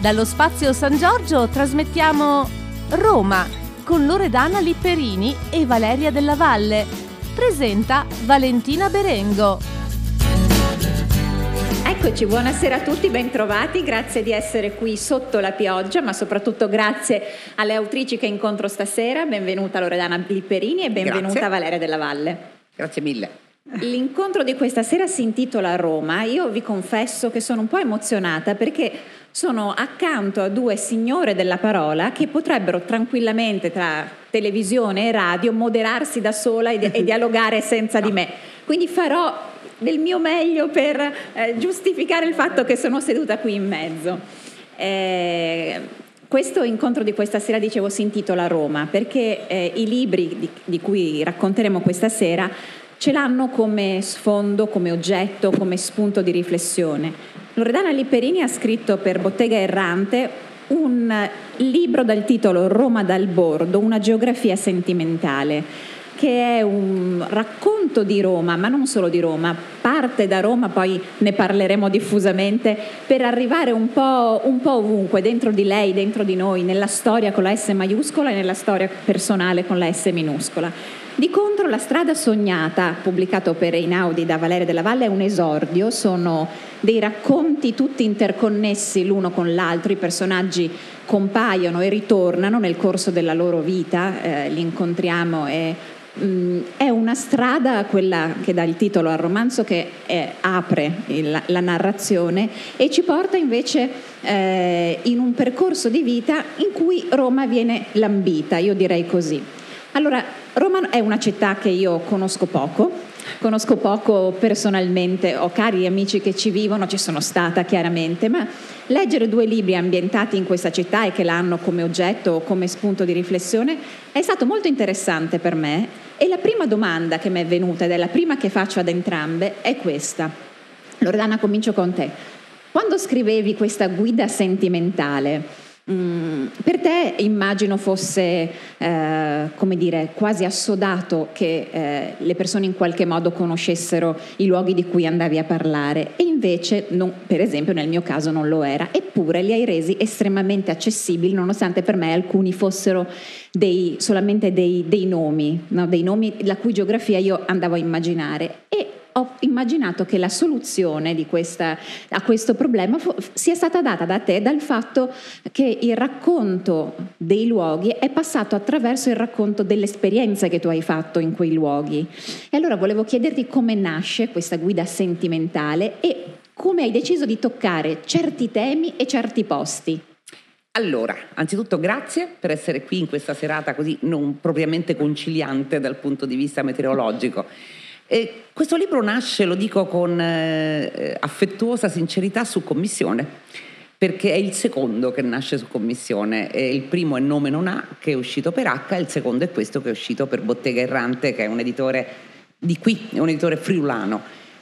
Dallo Spazio San Giorgio trasmettiamo Roma con Loredana Lipperini e Valeria Della Valle. Presenta Valentina Berengo. Eccoci, buonasera a tutti, bentrovati, grazie di essere qui sotto la pioggia, ma soprattutto grazie alle autrici che incontro stasera. Benvenuta Loredana Lipperini e benvenuta Grazie. Valeria Della Valle. Grazie mille. L'incontro di questa sera si intitola Roma. Io vi confesso che sono un po' emozionata perché sono accanto a due signore della parola che potrebbero tranquillamente tra televisione e radio moderarsi da sola e dialogare senza di me. Quindi farò del mio meglio per giustificare il fatto che sono seduta qui in mezzo. Questo incontro di questa sera, dicevo, si intitola Roma perché i libri di cui racconteremo questa sera ce l'hanno come sfondo, come oggetto, come spunto di riflessione. Loredana Lipperini ha scritto per Bottega Errante un libro dal titolo Roma dal bordo, una geografia sentimentale, che è un racconto di Roma, ma non solo di Roma, parte da Roma, poi ne parleremo diffusamente, per arrivare un po' ovunque, dentro di lei, dentro di noi, nella storia con la S maiuscola e nella storia personale con la S minuscola. Di contro, La strada sognata, pubblicato per Einaudi da Valeria Della Valle, è un esordio, sono dei racconti tutti interconnessi l'uno con l'altro, i personaggi compaiono e ritornano nel corso della loro vita, li incontriamo e è una strada, quella che dà il titolo al romanzo, che apre la narrazione e ci porta invece in un percorso di vita in cui Roma viene lambita, io direi così. Allora, Roma è una città che io conosco poco personalmente, ho cari amici che ci vivono, ci sono stata chiaramente, ma leggere due libri ambientati in questa città e che l'hanno come oggetto o come spunto di riflessione è stato molto interessante per me e la prima domanda che mi è venuta, ed è la prima che faccio ad entrambe, è questa. Loredana, comincio con te. Quando scrivevi questa guida sentimentale, per te immagino fosse come dire, quasi assodato che le persone in qualche modo conoscessero i luoghi di cui andavi a parlare e invece per esempio nel mio caso non lo era, eppure li hai resi estremamente accessibili nonostante per me alcuni fossero solamente dei nomi, no? Dei nomi la cui geografia io andavo a immaginare e ho immaginato che la soluzione a questo problema sia stata data da te dal fatto che il racconto dei luoghi è passato attraverso il racconto delle esperienze che tu hai fatto in quei luoghi. E allora volevo chiederti come nasce questa guida sentimentale e come hai deciso di toccare certi temi e certi posti. Allora, anzitutto grazie per essere qui in questa serata così non propriamente conciliante dal punto di vista meteorologico. Questo libro nasce, lo dico con affettuosa sincerità, su commissione, perché è il secondo che nasce su commissione. Il primo è Nome non ha, che è uscito per H, e il secondo è questo che è uscito per Bottega Errante, che è un editore di qui, è un editore friulano.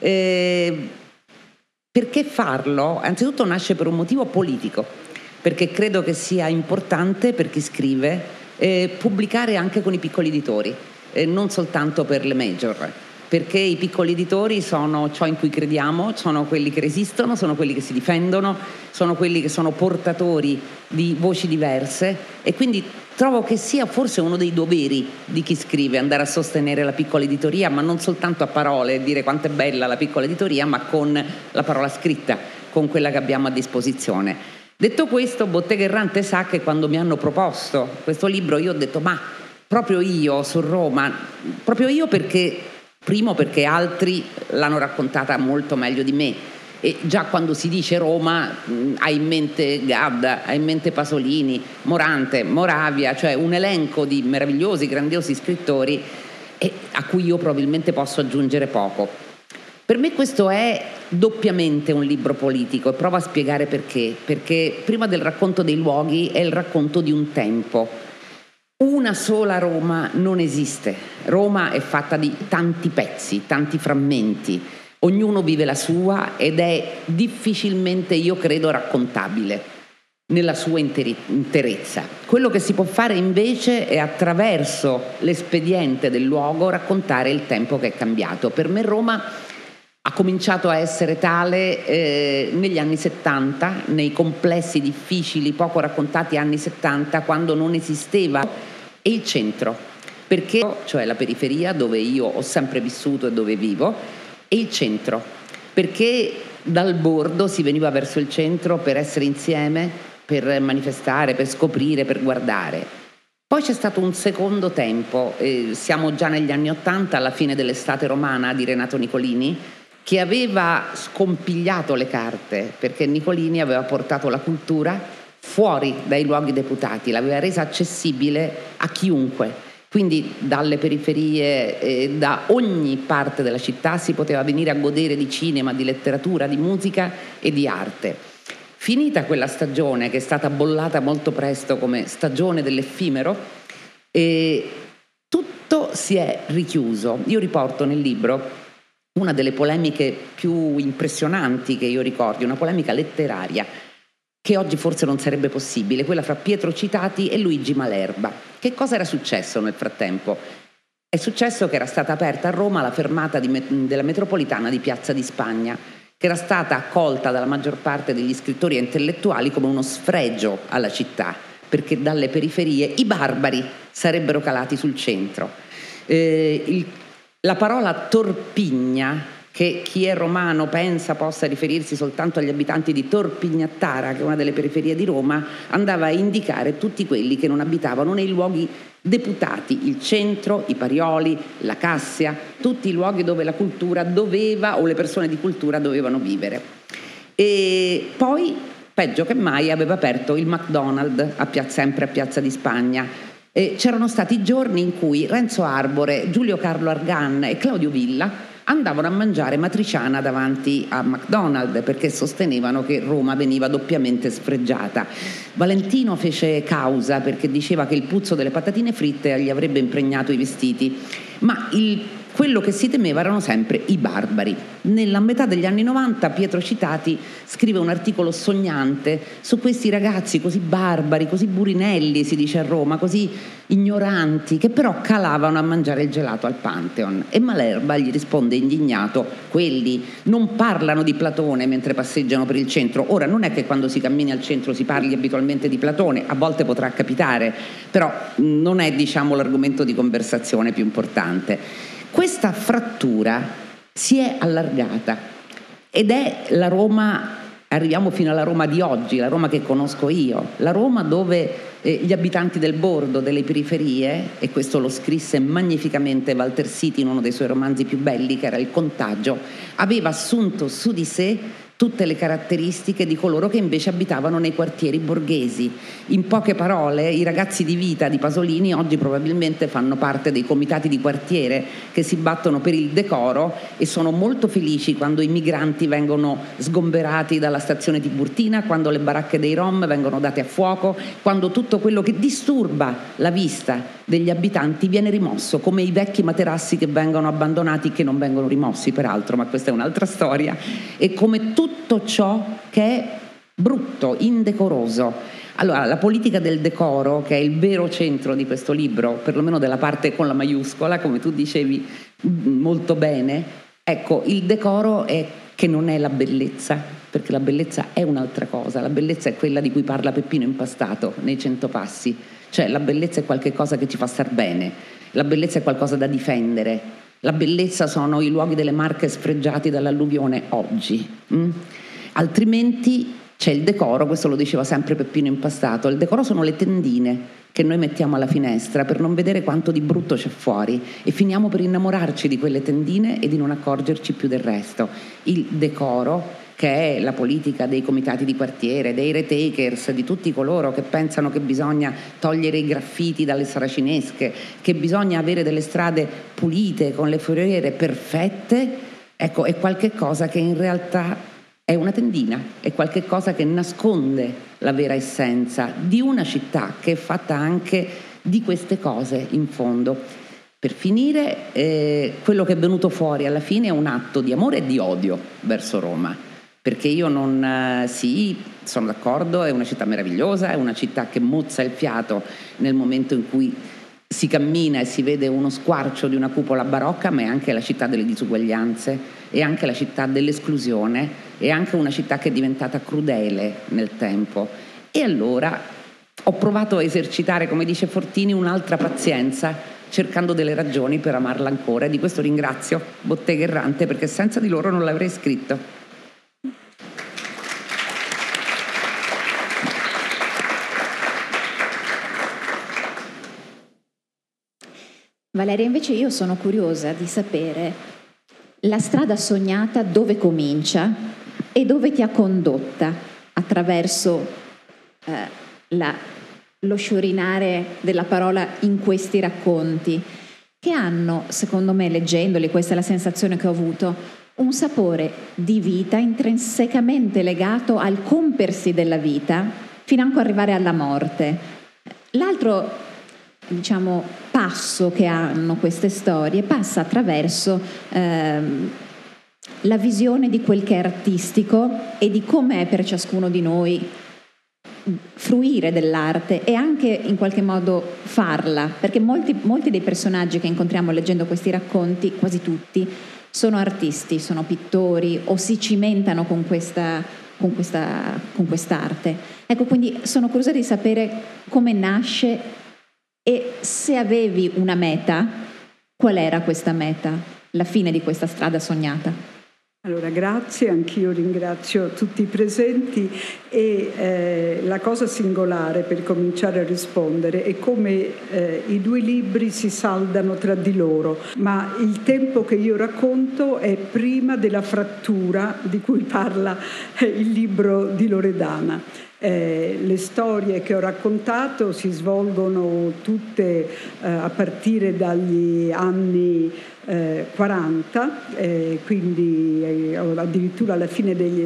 Perché farlo? Anzitutto nasce per un motivo politico, perché credo che sia importante per chi scrive pubblicare anche con i piccoli editori, non soltanto per le major. Perché i piccoli editori sono ciò in cui crediamo, sono quelli che resistono, sono quelli che si difendono, sono quelli che sono portatori di voci diverse e quindi trovo che sia forse uno dei doveri di chi scrive andare a sostenere la piccola editoria, ma non soltanto a parole e dire quanto è bella la piccola editoria, ma con la parola scritta, con quella che abbiamo a disposizione. Detto questo, Bottega Errante sa che quando mi hanno proposto questo libro io ho detto ma proprio io su Roma, proprio io primo perché altri l'hanno raccontata molto meglio di me e già quando si dice Roma hai in mente Gadda, hai in mente Pasolini, Morante, Moravia, cioè un elenco di meravigliosi, grandiosi scrittori a cui io probabilmente posso aggiungere poco. Per me questo è doppiamente un libro politico e provo a spiegare perché prima del racconto dei luoghi è il racconto di un tempo. Una sola Roma non esiste. Roma è fatta di tanti pezzi, tanti frammenti. Ognuno vive la sua ed è difficilmente, io credo, raccontabile nella sua interezza. Quello che si può fare invece è attraverso l'espediente del luogo raccontare il tempo che è cambiato. Per me Roma Ha cominciato a essere tale negli anni 70, nei complessi difficili, poco raccontati anni 70, quando non esisteva il centro, perché, cioè la periferia dove io ho sempre vissuto e dove vivo, e il centro, perché dal bordo si veniva verso il centro per essere insieme, per manifestare, per scoprire, per guardare. Poi c'è stato un secondo tempo, siamo già negli anni 80, alla fine dell'estate romana di Renato Nicolini, che aveva scompigliato le carte, perché Nicolini aveva portato la cultura fuori dai luoghi deputati, l'aveva resa accessibile a chiunque. Quindi dalle periferie, da ogni parte della città si poteva venire a godere di cinema, di letteratura, di musica e di arte. Finita quella stagione, che è stata bollata molto presto come stagione dell'effimero, tutto si è richiuso. Io riporto nel libro una delle polemiche più impressionanti che io ricordi, una polemica letteraria che oggi forse non sarebbe possibile, quella fra Pietro Citati e Luigi Malerba. Che cosa era successo nel frattempo? È successo che era stata aperta a Roma la fermata della metropolitana di Piazza di Spagna, che era stata accolta dalla maggior parte degli scrittori e intellettuali come uno sfregio alla città, perché dalle periferie i barbari sarebbero calati sul centro. La parola Torpigna, che chi è romano pensa possa riferirsi soltanto agli abitanti di Torpignattara, che è una delle periferie di Roma, andava a indicare tutti quelli che non abitavano nei luoghi deputati, il centro, i Parioli, la Cassia, tutti i luoghi dove la cultura doveva, o le persone di cultura dovevano vivere. E poi, peggio che mai, aveva aperto il McDonald's sempre a Piazza di Spagna. C'erano stati giorni in cui Renzo Arbore, Giulio Carlo Argan e Claudio Villa andavano a mangiare matriciana davanti a McDonald's perché sostenevano che Roma veniva doppiamente sfregiata. Valentino fece causa perché diceva che il puzzo delle patatine fritte gli avrebbe impregnato i vestiti, ma quello che si temeva erano sempre i barbari. Nella metà degli anni 90 Pietro Citati scrive un articolo sognante su questi ragazzi così barbari, così burinelli, si dice a Roma, così ignoranti, che però calavano a mangiare il gelato al Pantheon. E Malerba gli risponde indignato: quelli non parlano di Platone mentre passeggiano per il centro. Ora, non è che quando si cammini al centro si parli abitualmente di Platone, a volte potrà capitare, però non è, diciamo, l'argomento di conversazione più importante. Questa frattura si è allargata ed è la Roma, arriviamo fino alla Roma di oggi, la Roma che conosco io, la Roma dove gli abitanti del bordo, delle periferie, e questo lo scrisse magnificamente Walter Siti in uno dei suoi romanzi più belli, che era Il Contagio, aveva assunto su di sé tutte le caratteristiche di coloro che invece abitavano nei quartieri borghesi. In poche parole, i ragazzi di vita di Pasolini oggi probabilmente fanno parte dei comitati di quartiere che si battono per il decoro e sono molto felici quando i migranti vengono sgomberati dalla stazione Tiburtina, quando le baracche dei Rom vengono date a fuoco, quando tutto quello che disturba la vista degli abitanti viene rimosso, come i vecchi materassi che vengono abbandonati, che non vengono rimossi peraltro, ma questa è un'altra storia, e come tutto ciò che è brutto, indecoroso. Allora, la politica del decoro, che è il vero centro di questo libro, perlomeno della parte con la maiuscola, come tu dicevi molto bene, ecco, il decoro è che non è la bellezza, perché la bellezza è un'altra cosa, la bellezza è quella di cui parla Peppino Impastato nei 100 passi, cioè la bellezza è qualche cosa che ci fa star bene, la bellezza è qualcosa da difendere, la bellezza sono i luoghi delle Marche sfregiati dall'alluvione oggi. Altrimenti c'è il decoro, questo lo diceva sempre Peppino Impastato, il decoro sono le tendine che noi mettiamo alla finestra per non vedere quanto di brutto c'è fuori e finiamo per innamorarci di quelle tendine e di non accorgerci più del resto. Il decoro, che è la politica dei comitati di quartiere, dei retakers, di tutti coloro che pensano che bisogna togliere i graffiti dalle saracinesche, che bisogna avere delle strade pulite con le foriere perfette, ecco, è qualche cosa che in realtà è una tendina, è qualche cosa che nasconde la vera essenza di una città che è fatta anche di queste cose in fondo. Per finire, quello che è venuto fuori alla fine è un atto di amore e di odio verso Roma. Perché io sì, sono d'accordo, è una città meravigliosa, è una città che mozza il fiato nel momento in cui si cammina e si vede uno squarcio di una cupola barocca, ma è anche la città delle disuguaglianze, è anche la città dell'esclusione, è anche una città che è diventata crudele nel tempo. E allora ho provato a esercitare, come dice Fortini, un'altra pazienza, cercando delle ragioni per amarla ancora, e di questo ringrazio Bottega Errante, perché senza di loro non l'avrei scritto. Valeria, invece io sono curiosa di sapere la strada sognata dove comincia e dove ti ha condotta attraverso lo sciorinare della parola in questi racconti, che hanno, secondo me, leggendoli, questa è la sensazione che ho avuto, un sapore di vita intrinsecamente legato al compersi della vita fino anche ad arrivare alla morte. L'altro, diciamo, passo che hanno queste storie passa attraverso la visione di quel che è artistico e di come è per ciascuno di noi fruire dell'arte e anche in qualche modo farla, perché molti dei personaggi che incontriamo leggendo questi racconti, quasi tutti, sono artisti, sono pittori o si cimentano con quest'arte. Ecco, quindi sono curiosa di sapere come nasce e se avevi una meta, qual era questa meta, la fine di questa strada sognata? Allora, grazie, anch'io ringrazio tutti i presenti e la cosa singolare per cominciare a rispondere è come i due libri si saldano tra di loro, ma il tempo che io racconto è prima della frattura di cui parla il libro di Loredana. Le storie che ho raccontato si svolgono tutte a partire dagli anni 40, quindi addirittura alla fine degli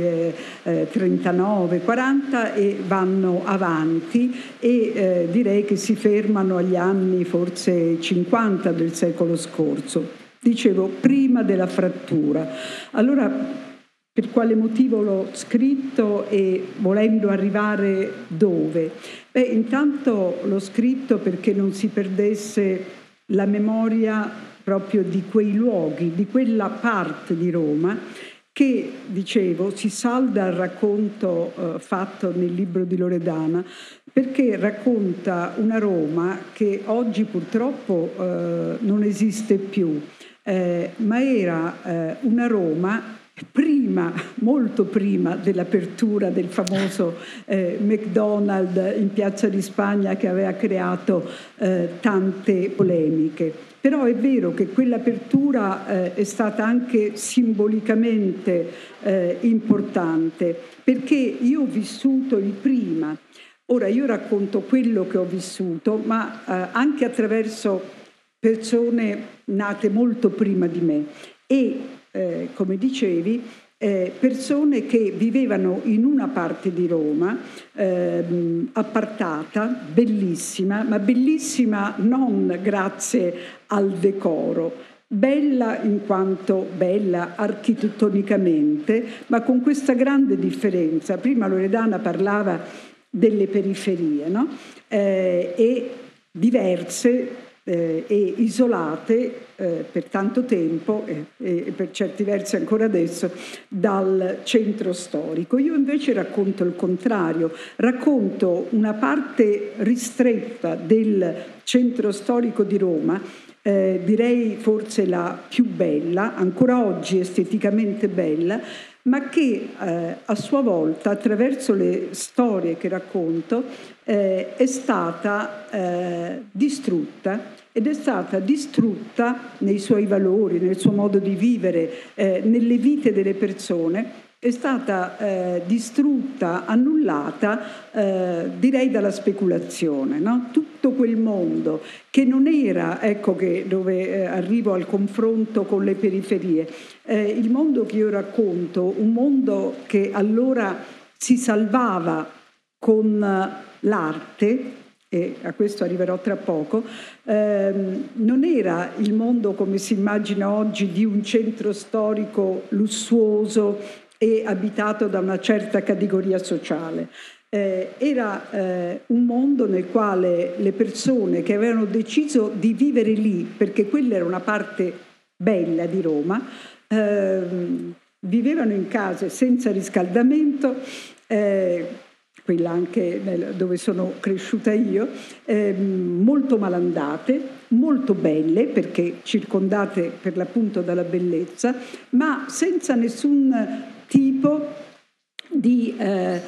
39-40 e vanno avanti e direi che si fermano agli anni forse 50 del secolo scorso. Dicevo, prima della frattura. Allora, per quale motivo l'ho scritto e volendo arrivare dove? Intanto l'ho scritto perché non si perdesse la memoria proprio di quei luoghi, di quella parte di Roma che, dicevo, si salda al racconto fatto nel libro di Loredana, perché racconta una Roma che oggi purtroppo non esiste più, ma era una Roma prima, molto prima dell'apertura del famoso McDonald's in Piazza di Spagna che aveva creato tante polemiche. Però è vero che quell'apertura è stata anche simbolicamente importante, perché io ho vissuto il prima. Ora io racconto quello che ho vissuto, ma anche attraverso persone nate molto prima di me e come dicevi, persone che vivevano in una parte di Roma appartata, bellissima, ma bellissima non grazie al decoro, bella in quanto bella architettonicamente, ma con questa grande differenza. Prima Loredana parlava delle periferie, no? E diverse e isolate per tanto tempo e per certi versi ancora adesso dal centro storico. Io invece racconto il contrario, racconto una parte ristretta del centro storico di Roma, direi forse la più bella, ancora oggi esteticamente bella, ma che a sua volta, attraverso le storie che racconto, è stata distrutta, ed è stata distrutta nei suoi valori, nel suo modo di vivere, nelle vite delle persone, è stata distrutta, annullata, direi dalla speculazione, no? Tutto quel mondo che non era, ecco che dove arrivo al confronto con le periferie, il mondo che io racconto, un mondo che allora si salvava con l'arte, e a questo arriverò tra poco, non era il mondo come si immagina oggi di un centro storico lussuoso e abitato da una certa categoria sociale. era un mondo nel quale le persone che avevano deciso di vivere lì, perché quella era una parte bella di Roma, vivevano in case senza riscaldamento, quella anche dove sono cresciuta io, molto malandate, molto belle perché circondate per l'appunto dalla bellezza, ma senza nessun tipo di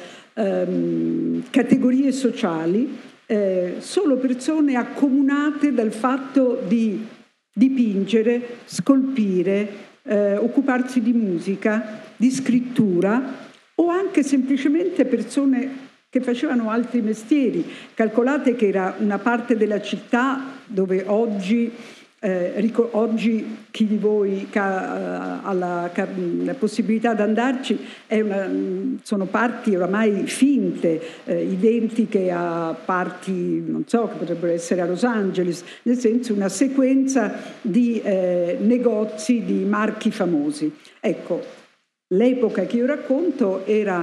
categorie sociali, solo persone accomunate dal fatto di dipingere, scolpire, occuparsi di musica, di scrittura, o anche semplicemente persone che facevano altri mestieri. Calcolate che era una parte della città dove oggi chi di voi ha la possibilità di andarci sono parti oramai finte, identiche a parti, non so, che potrebbero essere a Los Angeles, nel senso una sequenza di negozi di marchi famosi. Ecco, l'epoca che io racconto era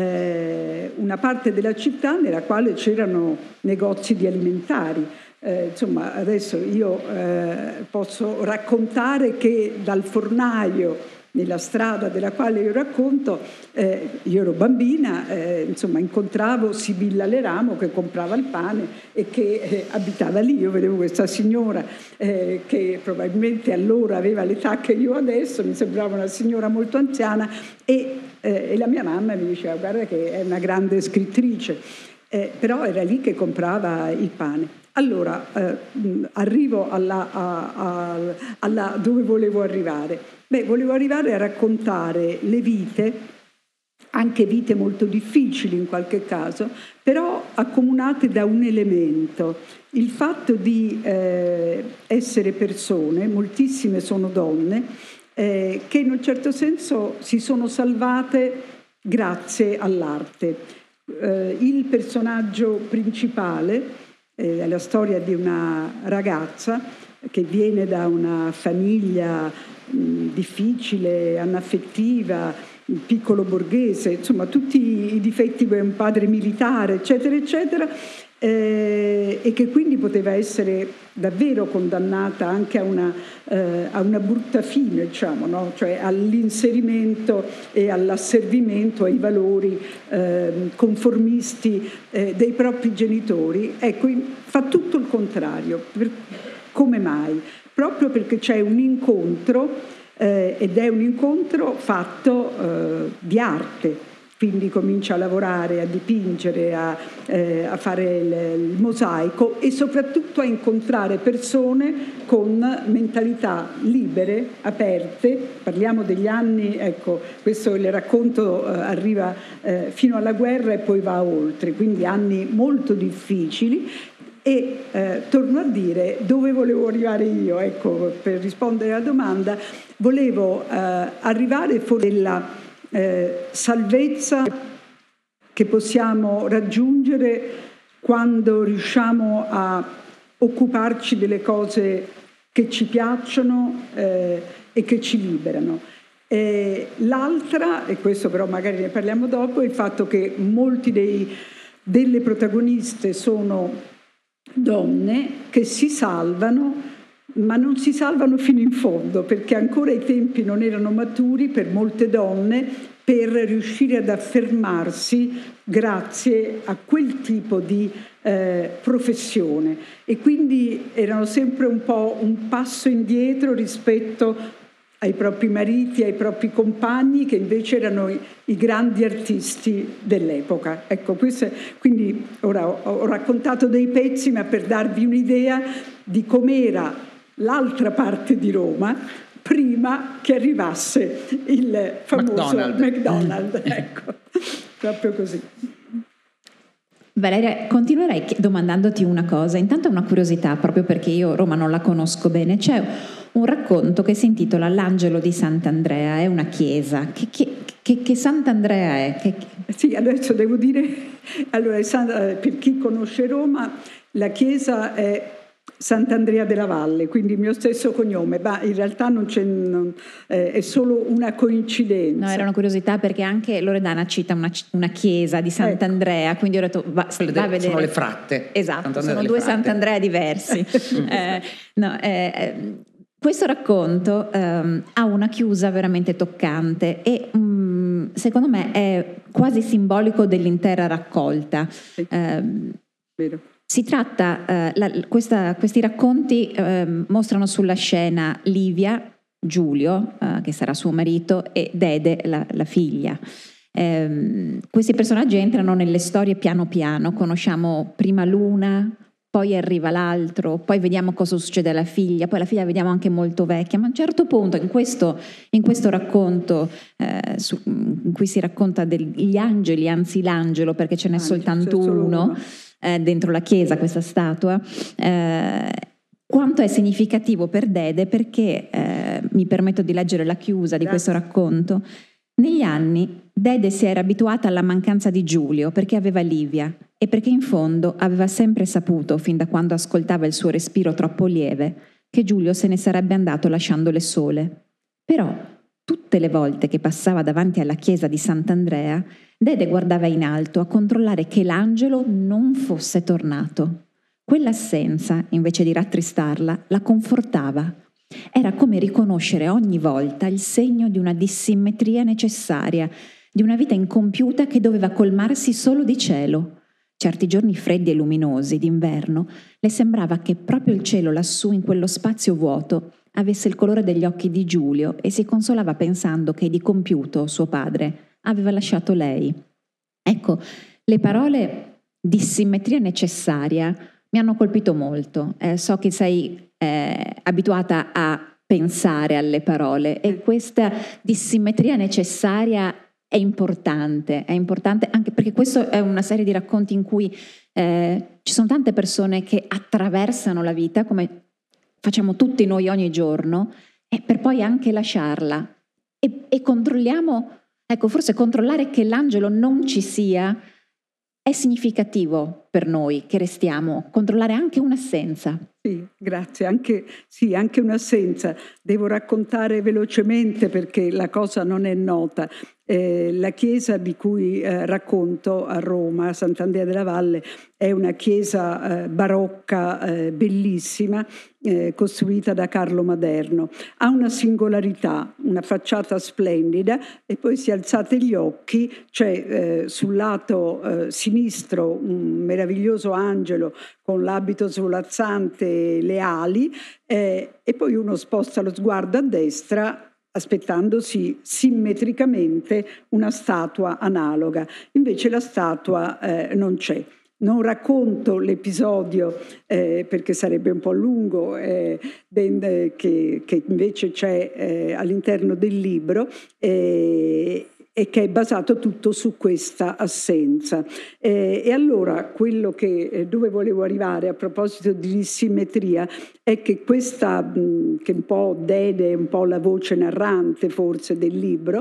una parte della città nella quale c'erano negozi di alimentari. Insomma, adesso io posso raccontare che dal fornaio nella strada della quale io racconto, io ero bambina, insomma incontravo Sibilla Leramo che comprava il pane e che abitava lì. Io vedevo questa signora che probabilmente allora aveva l'età che io adesso, mi sembrava una signora molto anziana, e la mia mamma mi diceva: guarda che è una grande scrittrice, però era lì che comprava il pane. Allora, arrivo alla dove volevo arrivare. Volevo arrivare a raccontare le vite, anche vite molto difficili in qualche caso, però accomunate da un elemento, il fatto di essere persone, moltissime sono donne, che in un certo senso si sono salvate grazie all'arte. Il personaggio principale è la storia di una ragazza che viene da una famiglia difficile, anaffettiva, piccolo borghese, insomma tutti i difetti di un padre militare, eccetera, eccetera, e che quindi poteva essere davvero condannata anche a una brutta fine, diciamo, no? Cioè all'inserimento e all'asservimento ai valori conformisti dei propri genitori. Ecco, fa tutto il contrario. Come mai? Proprio perché c'è un incontro ed è un incontro fatto di arte. Quindi comincia a lavorare, a dipingere, a fare il mosaico e soprattutto a incontrare persone con mentalità libere, aperte. Parliamo degli anni, ecco, questo il racconto arriva fino alla guerra e poi va oltre, quindi anni molto difficili. E torno a dire dove volevo arrivare io, ecco, per rispondere alla domanda, volevo arrivare fuori della salvezza che possiamo raggiungere quando riusciamo a occuparci delle cose che ci piacciono e che ci liberano. L'altra, e questo però magari ne parliamo dopo, è il fatto che molti delle protagoniste sono donne che si salvano, ma non si salvano fino in fondo, perché ancora i tempi non erano maturi per molte donne per riuscire ad affermarsi grazie a quel tipo di professione, e quindi erano sempre un po' un passo indietro rispetto ai propri mariti, ai propri compagni, che invece erano i grandi artisti dell'epoca. Ecco, quindi ora ho raccontato dei pezzi, ma per darvi un'idea di com'era l'altra parte di Roma prima che arrivasse il famoso McDonald's. Ecco, proprio così. Valeria, continuerei domandandoti una cosa, intanto una curiosità, proprio perché io Roma non la conosco bene. C'è un racconto che si intitola L'Angelo di Sant'Andrea, è una chiesa. Che Sant'Andrea è? Sì, adesso devo dire, allora, per chi conosce Roma, la chiesa è Sant'Andrea della Valle, quindi il mio stesso cognome, ma in realtà è solo una coincidenza. No, era una curiosità perché anche Loredana cita una chiesa di Sant'Andrea, ecco. Quindi ho detto va a vedere. Sono le fratte. Esatto, sono due Sant'Andrea diversi. Questo racconto ha una chiusa veramente toccante e secondo me è quasi simbolico dell'intera raccolta. Vero. Si tratta, questi racconti mostrano sulla scena Livia, Giulio, che sarà suo marito, e Dede, la figlia. Questi personaggi entrano nelle storie piano piano, conosciamo prima l'una, poi arriva l'altro, poi vediamo cosa succede alla figlia, poi la figlia la vediamo anche molto vecchia, ma a un certo punto in questo racconto in cui si racconta degli angeli, anzi l'angelo, perché ce n'è soltanto uno, dentro la chiesa, questa statua, quanto è significativo per Dede, perché mi permetto di leggere la chiusa di questo racconto. Negli anni Dede si era abituata alla mancanza di Giulio perché aveva Livia e perché in fondo aveva sempre saputo, fin da quando ascoltava il suo respiro troppo lieve, che Giulio se ne sarebbe andato lasciandole sole. Però tutte le volte che passava davanti alla chiesa di Sant'Andrea, Dede guardava in alto a controllare che l'angelo non fosse tornato. Quell'assenza, invece di rattristarla, la confortava. Era come riconoscere ogni volta il segno di una dissimmetria necessaria, di una vita incompiuta che doveva colmarsi solo di cielo. Certi giorni freddi e luminosi d'inverno le sembrava che proprio il cielo lassù in quello spazio vuoto avesse il colore degli occhi di Giulio e si consolava pensando che di compiuto suo padre aveva lasciato lei. Ecco, le parole dissimmetria necessaria mi hanno colpito molto. So che sei abituata a pensare alle parole e questa dissimmetria necessaria è importante anche perché questo è una serie di racconti in cui ci sono tante persone che attraversano la vita come facciamo tutti noi ogni giorno e per poi anche lasciarla e controlliamo, ecco, forse controllare che l'angelo non ci sia è significativo per noi che restiamo, controllare anche un'assenza. Sì, grazie, anche un'assenza. Devo raccontare velocemente perché la cosa non è nota. La chiesa di cui racconto a Roma, Sant'Andrea della Valle, è una chiesa barocca bellissima, costruita da Carlo Maderno. Ha una singolarità, una facciata splendida e poi se alzate gli occhi c'è sul lato sinistro un meraviglioso angelo con l'abito svolazzante, le ali e poi uno sposta lo sguardo a destra aspettandosi simmetricamente una statua analoga. Invece la statua non c'è. Non racconto l'episodio perché sarebbe un po' lungo, che invece c'è all'interno del libro e che è basato tutto su questa assenza. E allora quello dove volevo arrivare a proposito di dissimmetria è che questa, che un po' Dede, un po' la voce narrante forse del libro,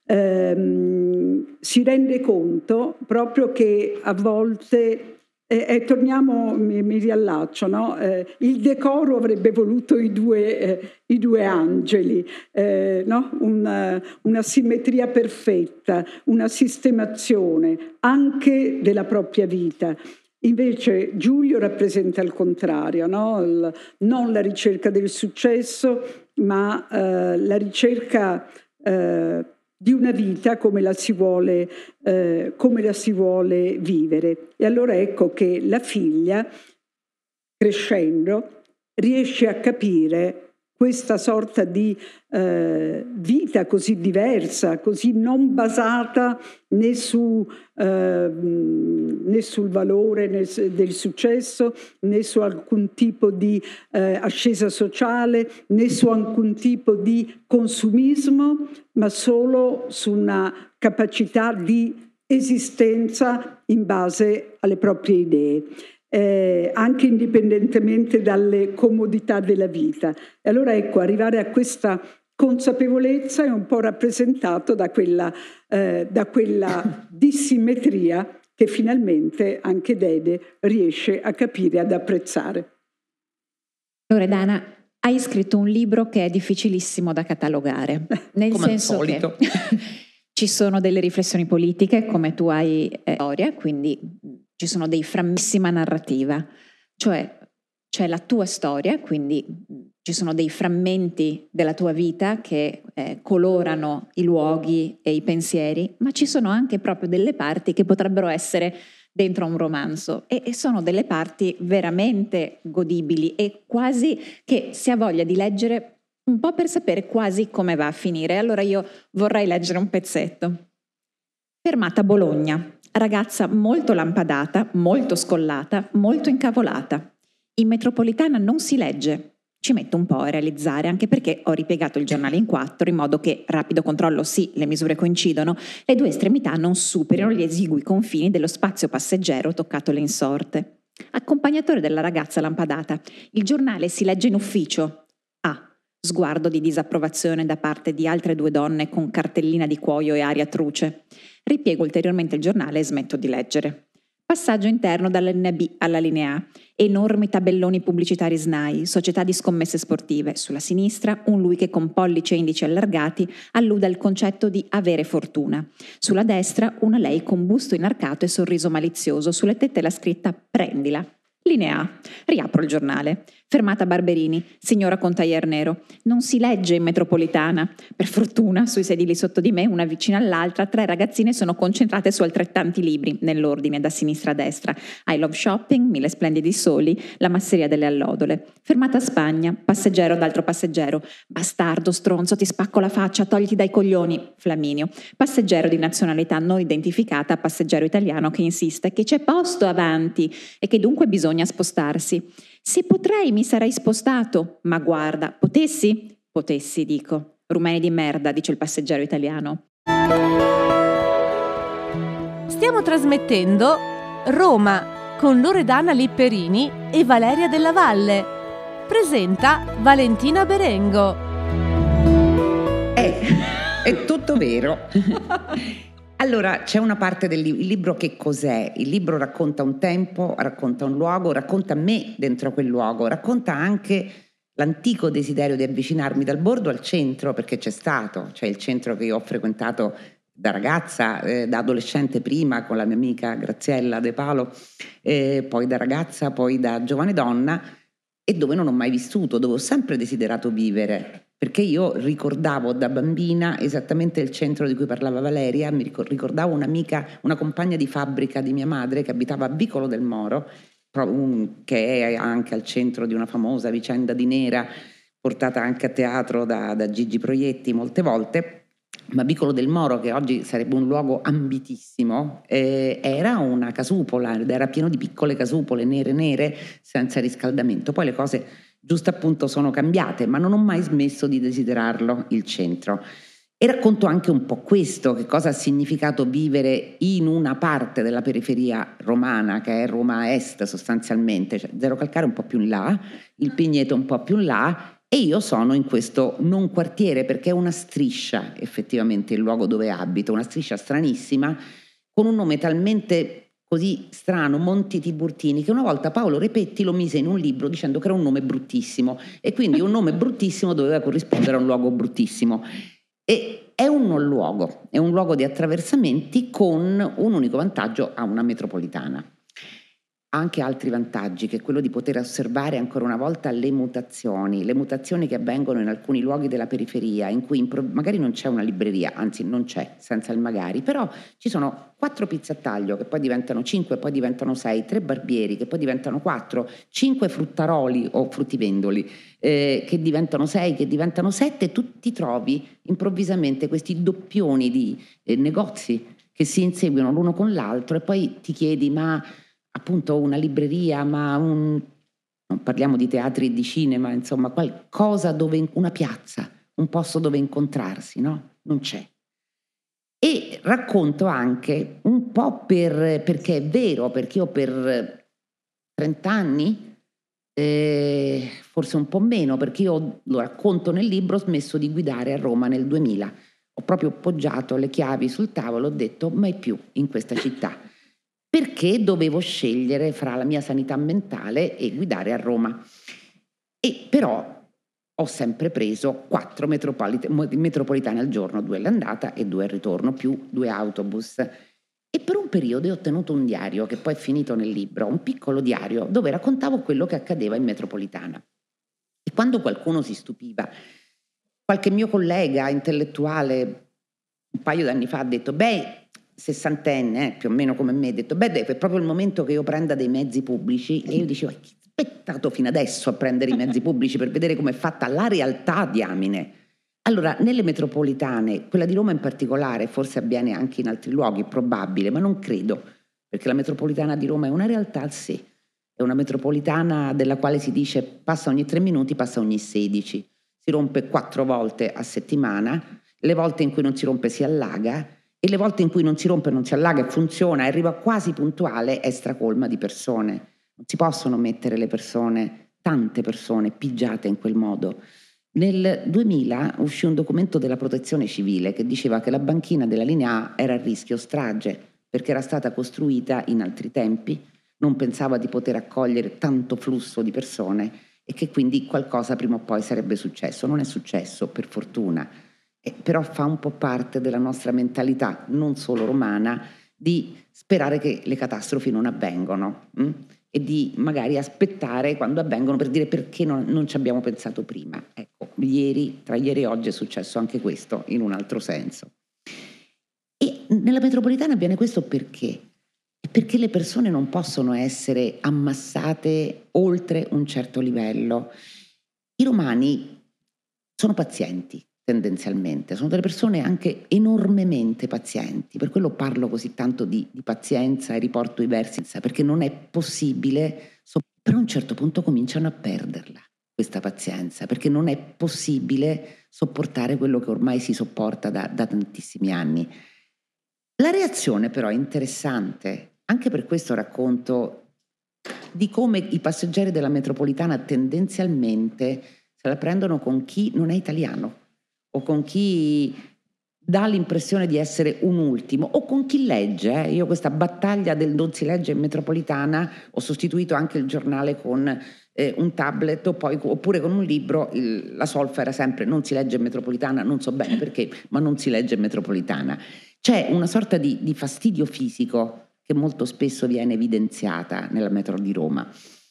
si rende conto proprio che a volte torniamo, mi riallaccio, no? Il decoro avrebbe voluto i due angeli, no? Una simmetria perfetta, una sistemazione anche della propria vita. Invece Giulio rappresenta il contrario, no? Non la ricerca del successo, ma la ricerca di una vita come la si vuole vivere. E allora ecco che la figlia, crescendo, riesce a capire questa sorta di vita così diversa, così non basata né sul valore del successo, né su alcun tipo di ascesa sociale, né su alcun tipo di consumismo, ma solo su una capacità di esistenza in base alle proprie idee. Anche indipendentemente dalle comodità della vita. E allora ecco, arrivare a questa consapevolezza è un po' rappresentato da quella dissimmetria che finalmente anche Dede riesce a capire, ad apprezzare. Loredana, hai scritto un libro che è difficilissimo da catalogare, nel Come al senso solito. che ci sono delle riflessioni politiche, come tu hai storia, quindi ci sono dei frammissima narrativa, cioè c'è la tua storia, quindi ci sono dei frammenti della tua vita che colorano i luoghi e i pensieri, ma ci sono anche proprio delle parti che potrebbero essere dentro a un romanzo e sono delle parti veramente godibili e quasi che si ha voglia di leggere un po' per sapere quasi come va a finire. Allora io vorrei leggere un pezzetto. Fermata a Bologna, ragazza molto lampadata, molto scollata, molto incavolata. In metropolitana non si legge. Ci metto un po' a realizzare, anche perché ho ripiegato il giornale in 4 in modo che, rapido controllo sì, le misure coincidono, le due estremità non superino gli esigui confini dello spazio passeggero toccatole in sorte. Accompagnatore della ragazza lampadata. Il giornale si legge in ufficio. Sguardo di disapprovazione da parte di altre 2 donne con cartellina di cuoio e aria truce. Ripiego ulteriormente il giornale e smetto di leggere. Passaggio interno dalla linea B alla linea A. Enormi tabelloni pubblicitari SNAI, società di scommesse sportive. Sulla sinistra un lui che con pollice e indici allargati allude al concetto di avere fortuna. Sulla destra una lei con busto inarcato e sorriso malizioso. Sulle tette la scritta prendila. Linea A. Riapro il giornale. Fermata Barberini, signora con taglier nero. Non si legge in metropolitana. Per fortuna, sui sedili sotto di me, una vicina all'altra, 3 ragazzine sono concentrate su altrettanti libri, nell'ordine da sinistra a destra. I Love Shopping, 1000 splendidi soli, La masseria delle allodole. Fermata Spagna, passeggero d'altro passeggero. Bastardo, stronzo, ti spacco la faccia, togliti dai coglioni. Flaminio. Passeggero di nazionalità non identificata, passeggero italiano che insiste che c'è posto avanti e che dunque bisogna spostarsi. Se potrei mi sarei spostato, ma guarda, potessi? Potessi, dico. Rumeni di merda, dice il passeggero italiano. Stiamo trasmettendo Roma con Loredana Lipperini e Valeria Della Valle. Presenta Valentina Berengo. È tutto vero. Allora, c'è una parte del libro che cos'è? Il libro racconta un tempo, racconta un luogo, racconta me dentro quel luogo, racconta anche l'antico desiderio di avvicinarmi dal bordo al centro, perché c'è stato, cioè il centro che io ho frequentato da ragazza, da adolescente prima con la mia amica Graziella De Palo, poi da ragazza, poi da giovane donna, e dove non ho mai vissuto, dove ho sempre desiderato vivere. Perché io ricordavo da bambina esattamente il centro di cui parlava Valeria, mi ricordavo un'amica, una compagna di fabbrica di mia madre che abitava a Vicolo del Moro, che è anche al centro di una famosa vicenda di Nera, portata anche a teatro da Gigi Proietti molte volte. Ma Vicolo del Moro, che oggi sarebbe un luogo ambitissimo, era una casupola ed era pieno di piccole casupole nere senza riscaldamento. Poi le cose giusto appunto sono cambiate, ma non ho mai smesso di desiderarlo, il centro. E racconto anche un po' questo, che cosa ha significato vivere in una parte della periferia romana, che è Roma Est sostanzialmente, cioè Zero Calcare un po' più in là, il Pigneto un po' più in là, e io sono in questo non quartiere, perché è una striscia effettivamente il luogo dove abito, una striscia stranissima, con un nome talmente così strano, Monti Tiburtini, che una volta Paolo Repetti lo mise in un libro dicendo che era un nome bruttissimo, e quindi un nome bruttissimo doveva corrispondere a un luogo bruttissimo. E è un non luogo, è un luogo di attraversamenti con un unico vantaggio: a una metropolitana. Ha anche altri vantaggi, che è quello di poter osservare ancora una volta le mutazioni che avvengono in alcuni luoghi della periferia, in cui magari non c'è una libreria, anzi non c'è, senza il magari, però ci sono 4 pizze a taglio che poi diventano 5, poi diventano 6, 3 barbieri che poi diventano 4, 5 fruttaroli o fruttivendoli che diventano 6, che diventano 7, e tu ti trovi improvvisamente questi doppioni di negozi che si inseguono l'uno con l'altro, e poi ti chiedi: ma appunto una libreria, ma non parliamo di teatri e di cinema, insomma qualcosa dove, una piazza, un posto dove incontrarsi, no? Non c'è. E racconto anche un po' perché è vero, perché io per 30 anni, forse un po' meno, perché io lo racconto nel libro, ho smesso di guidare a Roma nel 2000. Ho proprio poggiato le chiavi sul tavolo, ho detto mai più in questa città, perché dovevo scegliere fra la mia sanità mentale e guidare a Roma. E però ho sempre preso 4 metropolitane al giorno, 2 all'andata e 2 al ritorno, più 2 autobus. E per un periodo ho tenuto un diario, che poi è finito nel libro, un piccolo diario, dove raccontavo quello che accadeva in metropolitana. E quando qualcuno si stupiva, qualche mio collega intellettuale un paio d'anni fa ha detto, sessantenne, più o meno come me, ha detto, è proprio il momento che io prenda dei mezzi pubblici. E io dicevo, chi ha aspettato fino adesso a prendere i mezzi pubblici per vedere com'è fatta la realtà, diamine? Allora, nelle metropolitane, quella di Roma in particolare, forse avviene anche in altri luoghi, probabile, ma non credo, perché la metropolitana di Roma è una realtà a sé, è una metropolitana della quale si dice passa ogni 3 minuti, passa ogni 16, si rompe 4 volte a settimana, le volte in cui non si rompe si allaga, e le volte in cui non si rompe, non si allaga e funziona, arriva quasi puntuale, è stracolma di persone. Non si possono mettere le persone, tante persone, pigiate in quel modo. Nel 2000 uscì un documento della Protezione Civile che diceva che la banchina della linea A era a rischio strage perché era stata costruita in altri tempi, non pensava di poter accogliere tanto flusso di persone e che quindi qualcosa prima o poi sarebbe successo. Non è successo, per fortuna, però fa un po' parte della nostra mentalità, non solo romana, di sperare che le catastrofi non avvengano e di magari aspettare quando avvengono per dire perché non ci abbiamo pensato prima. Ecco, tra ieri e oggi è successo anche questo in un altro senso. E nella metropolitana avviene questo perché? Perché le persone non possono essere ammassate oltre un certo livello. I romani sono pazienti tendenzialmente, sono delle persone anche enormemente pazienti, per quello parlo così tanto di pazienza e riporto i versi, perché non è possibile, però a un certo punto cominciano a perderla, questa pazienza, perché non è possibile sopportare quello che ormai si sopporta da tantissimi anni. La reazione però è interessante, anche per questo racconto di come i passeggeri della metropolitana tendenzialmente se la prendono con chi non è italiano o con chi dà l'impressione di essere un ultimo o con chi legge. Io questa battaglia del non si legge in metropolitana ho sostituito anche il giornale con un tablet oppure con un libro. La solfa era sempre non si legge in metropolitana, non so bene perché, ma non si legge in metropolitana. C'è una sorta di fastidio fisico che molto spesso viene evidenziata nella metro di Roma.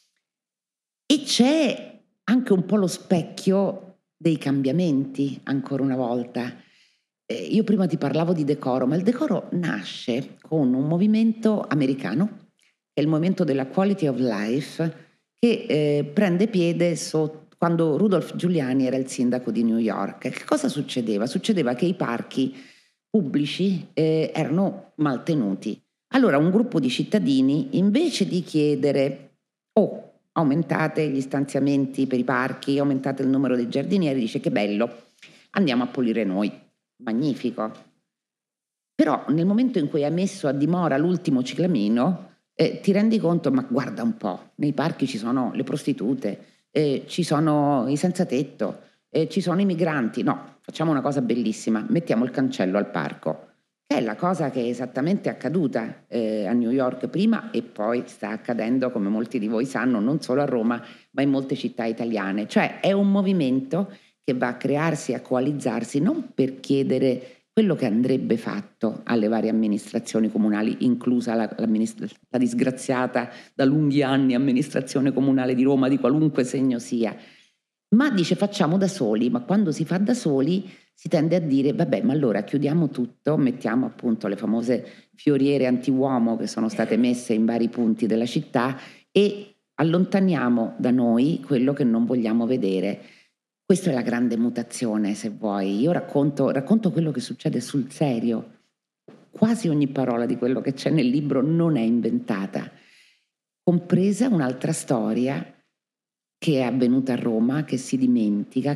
E c'è anche un po' lo specchio dei cambiamenti, ancora una volta. Io prima ti parlavo di decoro, ma il decoro nasce con un movimento americano, che è il movimento della quality of life, che prende piede quando Rudolph Giuliani era il sindaco di New York. Che cosa succedeva? Succedeva che i parchi pubblici erano mal tenuti. Allora un gruppo di cittadini, invece di chiedere aumentate gli stanziamenti per i parchi, aumentate il numero dei giardinieri, dice che bello, andiamo a pulire noi. Magnifico. Però nel momento in cui hai messo a dimora l'ultimo ciclamino, ti rendi conto, ma guarda un po', nei parchi ci sono le prostitute, ci sono i senza tetto, ci sono i migranti. No, facciamo una cosa bellissima, mettiamo il cancello al parco. È la cosa che è esattamente accaduta a New York prima e poi sta accadendo, come molti di voi sanno, non solo a Roma, ma in molte città italiane. Cioè è un movimento che va a crearsi, a coalizzarsi, non per chiedere quello che andrebbe fatto alle varie amministrazioni comunali, inclusa la disgraziata da lunghi anni amministrazione comunale di Roma, di qualunque segno sia, ma dice facciamo da soli. Ma quando si fa da soli si tende a dire vabbè, ma allora chiudiamo tutto, mettiamo appunto le famose fioriere anti-uomo che sono state messe in vari punti della città e allontaniamo da noi quello che non vogliamo vedere. Questa è la grande mutazione, se vuoi. Io racconto quello che succede sul serio. Quasi ogni parola di quello che c'è nel libro non è inventata, compresa un'altra storia che è avvenuta a Roma, che si dimentica,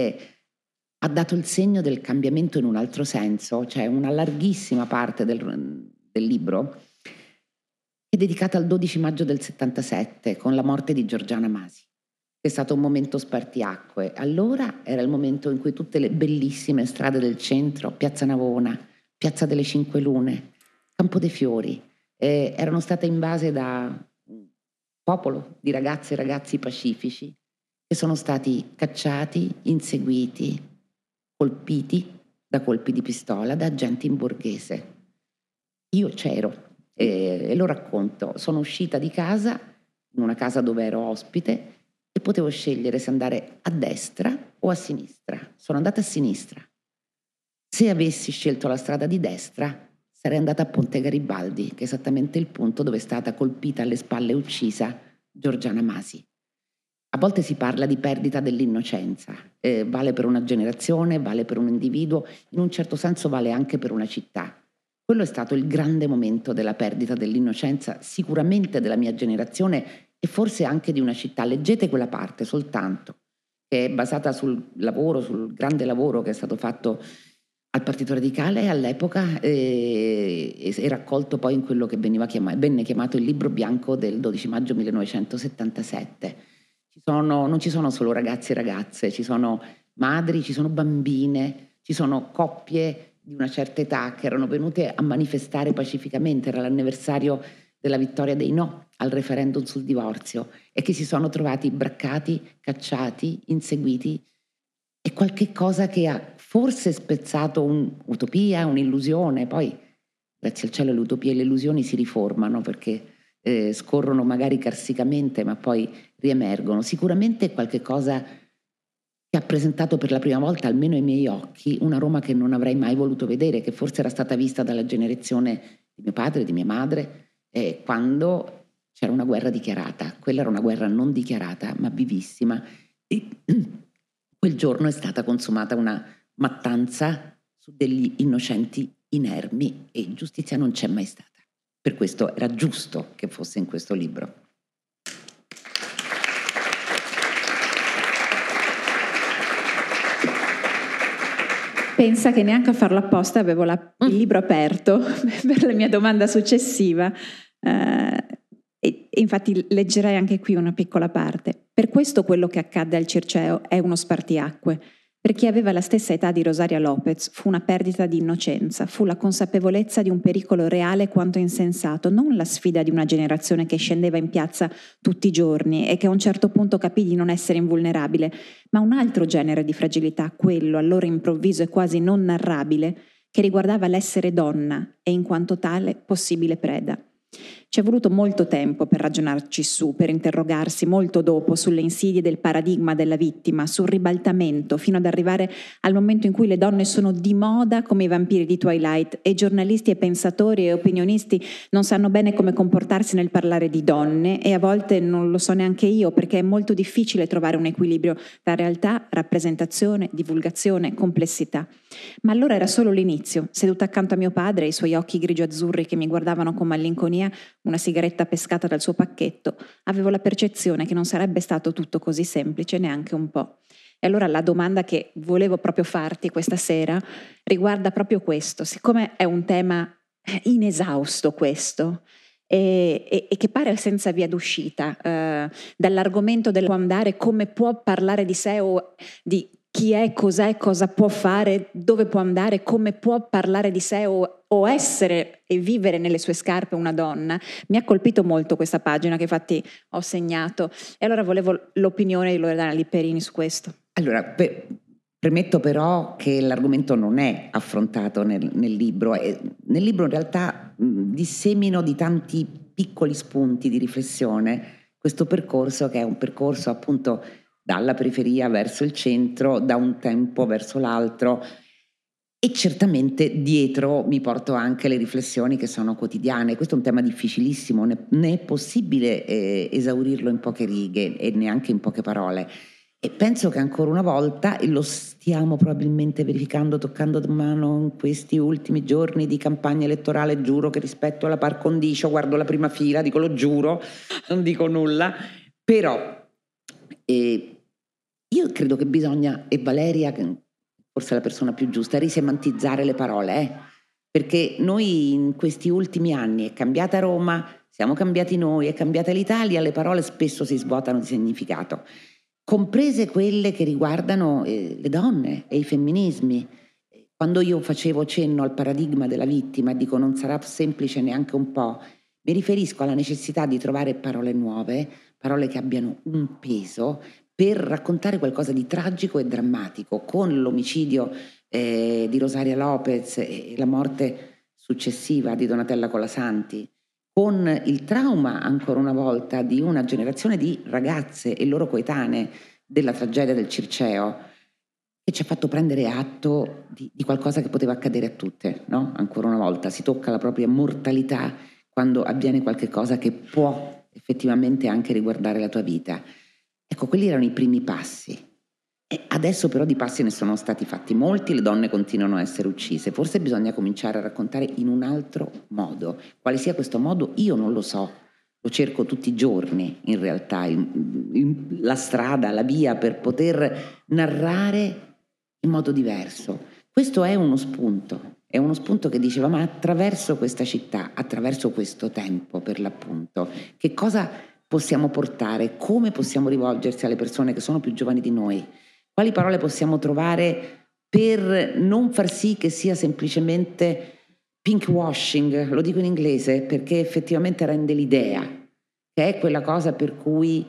ha dato il segno del cambiamento in un altro senso. Cioè una larghissima parte del libro è dedicata al 12 maggio del 77, con la morte di Giorgiana Masi. È stato un momento spartiacque. Allora era il momento in cui tutte le bellissime strade del centro, Piazza Navona, Piazza delle Cinque Lune, Campo dei Fiori, erano state invase da un popolo di ragazze e ragazzi pacifici che sono stati cacciati, inseguiti, colpiti da colpi di pistola da agenti in borghese. Io c'ero e lo racconto. Sono uscita di casa, in una casa dove ero ospite, e potevo scegliere se andare a destra o a sinistra. Sono andata a sinistra. Se avessi scelto la strada di destra, sarei andata a Ponte Garibaldi, che è esattamente il punto dove è stata colpita alle spalle e uccisa Giorgiana Masi. A volte si parla di perdita dell'innocenza, vale per una generazione, vale per un individuo, in un certo senso vale anche per una città. Quello è stato il grande momento della perdita dell'innocenza, sicuramente della mia generazione e forse anche di una città. Leggete quella parte soltanto, che è basata sul lavoro, sul grande lavoro che è stato fatto al Partito Radicale all'epoca e raccolto poi in quello che venne chiamato il Libro Bianco del 12 maggio 1977. Non ci sono solo ragazzi e ragazze, ci sono madri, ci sono bambine, ci sono coppie di una certa età che erano venute a manifestare pacificamente, era l'anniversario della vittoria dei no al referendum sul divorzio, e che si sono trovati braccati, cacciati, inseguiti, e qualche cosa che ha forse spezzato un'utopia, un'illusione. Poi grazie al cielo le utopie e le illusioni si riformano perché scorrono magari carsicamente ma poi riemergono. Sicuramente qualche cosa che ha presentato per la prima volta, almeno ai miei occhi, una Roma che non avrei mai voluto vedere, che forse era stata vista dalla generazione di mio padre, di mia madre, quando c'era una guerra dichiarata. Quella era una guerra non dichiarata ma vivissima, e quel giorno è stata consumata una mattanza su degli innocenti inermi e giustizia non c'è mai stata. Per questo era giusto che fosse in questo libro. Pensa che neanche a farlo apposta avevo il libro aperto per la mia domanda successiva. E infatti leggerei anche qui una piccola parte. Per questo quello che accadde al Circeo è uno spartiacque. Per chi aveva la stessa età di Rosaria Lopez fu una perdita di innocenza, fu la consapevolezza di un pericolo reale quanto insensato, non la sfida di una generazione che scendeva in piazza tutti i giorni e che a un certo punto capì di non essere invulnerabile, ma un altro genere di fragilità, quello allora improvviso e quasi non narrabile, che riguardava l'essere donna e in quanto tale possibile preda. Ci è voluto molto tempo per ragionarci su, per interrogarsi molto dopo sulle insidie del paradigma della vittima, sul ribaltamento, fino ad arrivare al momento in cui le donne sono di moda come i vampiri di Twilight e giornalisti e pensatori e opinionisti non sanno bene come comportarsi nel parlare di donne, e a volte non lo so neanche io, perché è molto difficile trovare un equilibrio tra realtà, rappresentazione, divulgazione, complessità. Ma allora era solo l'inizio. Seduta accanto a mio padre, i suoi occhi grigio-azzurri che mi guardavano con malinconia, una sigaretta pescata dal suo pacchetto, avevo la percezione che non sarebbe stato tutto così semplice neanche un po'. E allora la domanda che volevo proprio farti questa sera riguarda proprio questo. Siccome è un tema inesausto questo, e che pare senza via d'uscita, dall'argomento del può andare, come può parlare di sé o di chi è, cos'è, cosa può fare, dove può andare, come può parlare di sé o essere e vivere nelle sue scarpe una donna. Mi ha colpito molto questa pagina che infatti ho segnato, e allora volevo l'opinione di Loredana Lipperini su questo. Allora, premetto però che l'argomento non è affrontato nel libro. Nel libro in realtà dissemino di tanti piccoli spunti di riflessione questo percorso, che è un percorso appunto dalla periferia verso il centro, da un tempo verso l'altro, e certamente dietro mi porto anche le riflessioni che sono quotidiane. Questo è un tema difficilissimo, né è possibile esaurirlo in poche righe e neanche in poche parole. E penso che ancora una volta, e lo stiamo probabilmente verificando, toccando mano in questi ultimi giorni di campagna elettorale, giuro che rispetto alla par condicio, guardo la prima fila, dico lo giuro, non dico nulla, però io credo che bisogna, e Valeria, che forse è la persona più giusta, risemantizzare le parole, perché noi in questi ultimi anni è cambiata Roma, siamo cambiati noi, è cambiata l'Italia, le parole spesso si svuotano di significato, comprese quelle che riguardano le donne e i femminismi. Quando io facevo cenno al paradigma della vittima, dico non sarà semplice neanche un po', mi riferisco alla necessità di trovare parole nuove, parole che abbiano un peso, per raccontare qualcosa di tragico e drammatico, con l'omicidio di Rosaria Lopez e la morte successiva di Donatella Colasanti, con il trauma ancora una volta di una generazione di ragazze e loro coetanee della tragedia del Circeo, che ci ha fatto prendere atto di qualcosa che poteva accadere a tutte, no? Ancora una volta si tocca la propria mortalità quando avviene qualche cosa che può effettivamente anche riguardare la tua vita. Ecco, quelli erano i primi passi. E adesso però di passi ne sono stati fatti molti, le donne continuano a essere uccise. Forse bisogna cominciare a raccontare in un altro modo. Quale sia questo modo io non lo so, lo cerco tutti i giorni in realtà, la strada, la via per poter narrare in modo diverso. Questo è uno spunto che diceva, ma attraverso questa città, attraverso questo tempo per l'appunto, che cosa possiamo portare, come possiamo rivolgersi alle persone che sono più giovani di noi, quali parole possiamo trovare per non far sì che sia semplicemente pink washing, lo dico in inglese perché effettivamente rende l'idea, che è quella cosa per cui,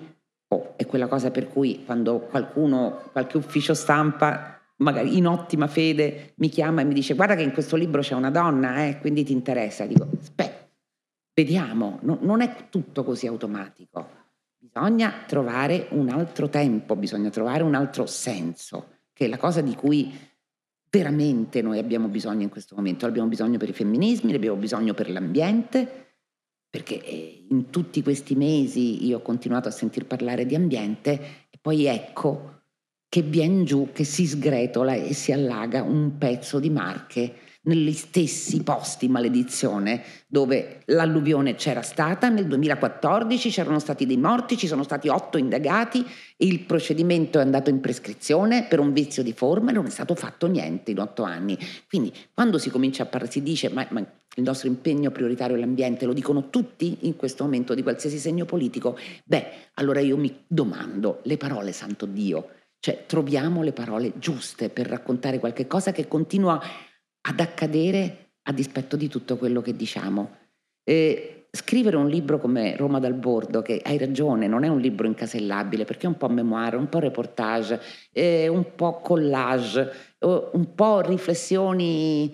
quando qualche ufficio stampa, magari in ottima fede, mi chiama e mi dice guarda che in questo libro c'è una donna, quindi ti interessa. Dico, aspetta, vediamo, non è tutto così automatico. Bisogna trovare un altro tempo, bisogna trovare un altro senso, che è la cosa di cui veramente noi abbiamo bisogno in questo momento. Abbiamo bisogno per i femminismi, ne abbiamo bisogno per l'ambiente, perché in tutti questi mesi io ho continuato a sentir parlare di ambiente e poi ecco che vien giù, che si sgretola e si allaga un pezzo di Marche negli stessi posti, maledizione, dove l'alluvione c'era stata. Nel 2014 c'erano stati dei morti, ci sono stati 8 indagati, il procedimento è andato in prescrizione per un vizio di forma e non è stato fatto niente in 8 anni. Quindi quando si comincia a parlare, si dice ma il nostro impegno prioritario è l'ambiente, lo dicono tutti in questo momento di qualsiasi segno politico, allora io mi domando, le parole, santo Dio, cioè troviamo le parole giuste per raccontare qualche cosa che continua ad accadere a dispetto di tutto quello che diciamo. Scrivere un libro come Roma dal bordo, che hai ragione, non è un libro incasellabile perché è un po' memoir, un po' reportage, un po' collage, un po' riflessioni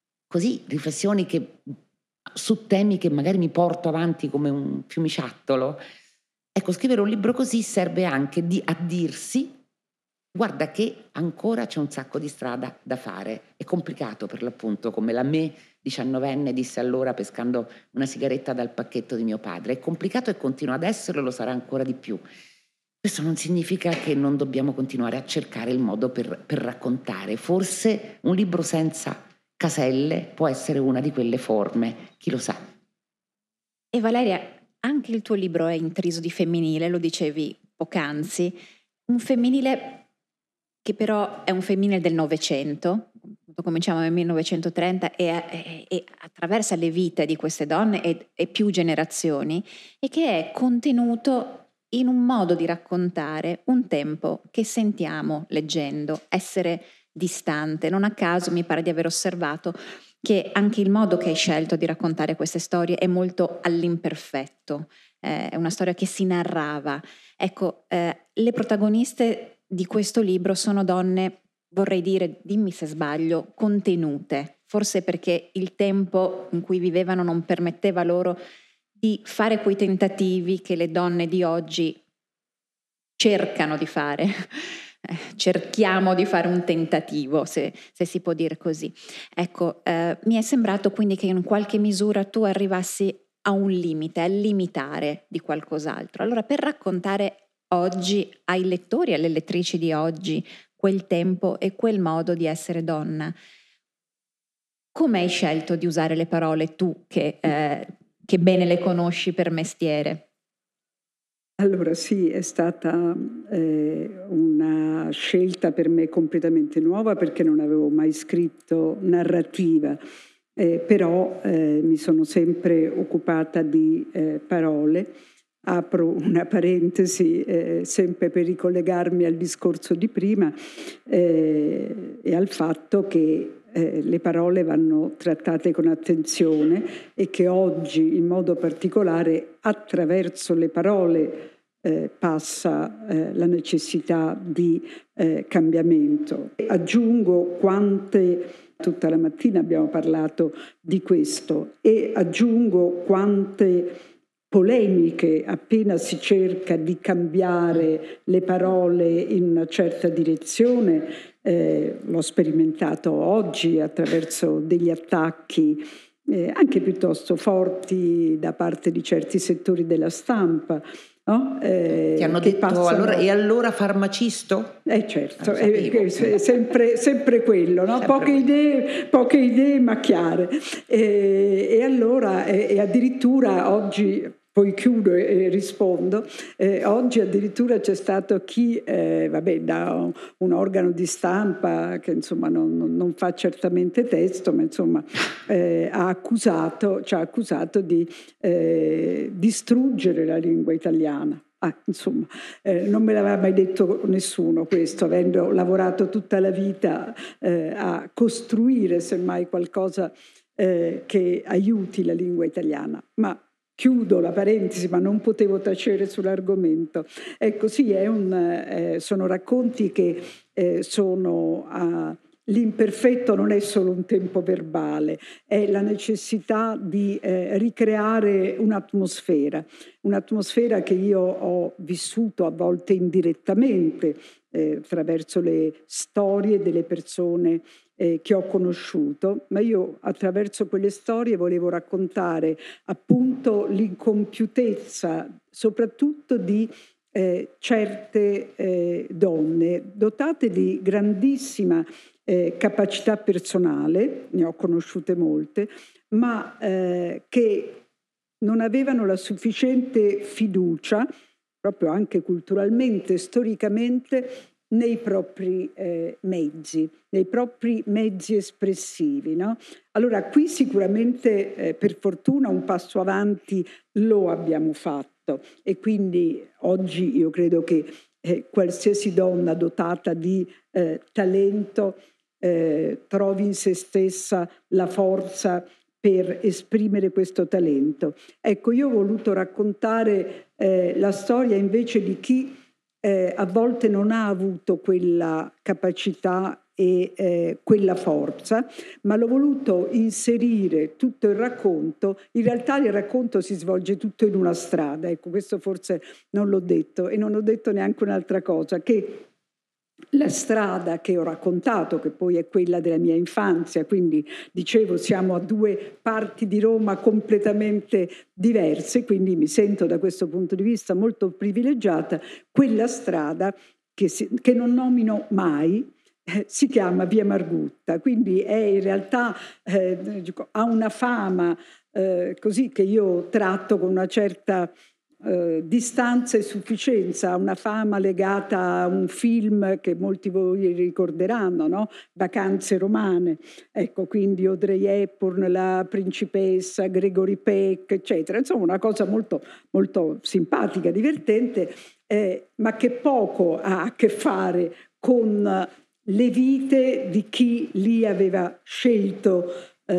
che su temi che magari mi porto avanti come un fiumiciattolo. Ecco, scrivere un libro così serve anche a dirsi guarda che ancora c'è un sacco di strada da fare. È complicato per l'appunto, come la me 19enne disse allora pescando una sigaretta dal pacchetto di mio padre. È complicato e continua ad esserlo, lo sarà ancora di più. Questo non significa che non dobbiamo continuare a cercare il modo per raccontare. Forse un libro senza caselle può essere una di quelle forme, chi lo sa. E Valeria, anche il tuo libro è intriso di femminile, lo dicevi poc'anzi, un femminile che però è un femminile del Novecento, cominciamo nel 1930 e attraversa le vite di queste donne e più generazioni, e che è contenuto in un modo di raccontare un tempo che sentiamo leggendo essere distante. Non a caso mi pare di aver osservato che anche il modo che hai scelto di raccontare queste storie è molto all'imperfetto, è una storia che si narrava. Ecco, le protagoniste di questo libro sono donne, vorrei dire, dimmi se sbaglio, contenute, forse perché il tempo in cui vivevano non permetteva loro di fare quei tentativi che le donne di oggi cercano di fare. Cerchiamo di fare un tentativo, se si può dire così. Ecco, mi è sembrato quindi che in qualche misura tu arrivassi a un limite, al limitare di qualcos'altro. Allora, per raccontare oggi ai lettori e alle lettrici di oggi quel tempo e quel modo di essere donna, come hai scelto di usare le parole tu che bene le conosci per mestiere? Allora sì, è stata una scelta per me completamente nuova perché non avevo mai scritto narrativa, però mi sono sempre occupata di parole. Apro una parentesi sempre per ricollegarmi al discorso di prima e al fatto che le parole vanno trattate con attenzione e che oggi in modo particolare attraverso le parole passa la necessità di cambiamento. Aggiungo tutta la mattina abbiamo parlato di questo, e aggiungo quante polemiche appena si cerca di cambiare le parole in una certa direzione. L'ho sperimentato oggi attraverso degli attacchi anche piuttosto forti da parte di certi settori della stampa. No? Ti hanno detto passano... allora farmacisto? Certo, sempre quello, no? Poche idee ma chiare. E allora, addirittura oggi, poi chiudo e rispondo, oggi addirittura c'è stato chi, da un organo di stampa che insomma non fa certamente testo, ma insomma ci ha accusato di distruggere la lingua italiana. Insomma, non me l'aveva mai detto nessuno questo, avendo lavorato tutta la vita a costruire semmai qualcosa che aiuti la lingua italiana. Ma chiudo la parentesi, ma non potevo tacere sull'argomento. Ecco, sì, sono racconti che sono... L'imperfetto non è solo un tempo verbale, è la necessità di ricreare un'atmosfera che io ho vissuto a volte indirettamente attraverso le storie delle persone che ho conosciuto, ma io attraverso quelle storie volevo raccontare appunto l'incompiutezza, soprattutto di certe donne dotate di grandissima capacità personale, ne ho conosciute molte, ma che non avevano la sufficiente fiducia, proprio anche culturalmente, storicamente, nei propri mezzi espressivi, no? Allora qui sicuramente per fortuna un passo avanti lo abbiamo fatto, e quindi oggi io credo che qualsiasi donna dotata di talento trovi in se stessa la forza per esprimere questo talento. Ecco, io ho voluto raccontare la storia invece di chi a volte non ha avuto quella capacità e quella forza, ma l'ho voluto inserire tutto il racconto. In realtà il racconto si svolge tutto in una strada, ecco, questo forse non l'ho detto, e non ho detto neanche un'altra cosa, che la strada che ho raccontato, che poi è quella della mia infanzia, quindi dicevo siamo a due parti di Roma completamente diverse, quindi mi sento da questo punto di vista molto privilegiata. Quella strada che non nomino mai si chiama Via Margutta, quindi è in realtà ha una fama così che io tratto con una certa distanza e sufficienza, una fama legata a un film che molti di voi ricorderanno, no? Vacanze romane, ecco, quindi Audrey Hepburn, la principessa, Gregory Peck, eccetera, insomma una cosa molto, molto simpatica, divertente, ma che poco ha a che fare con le vite di chi lì aveva scelto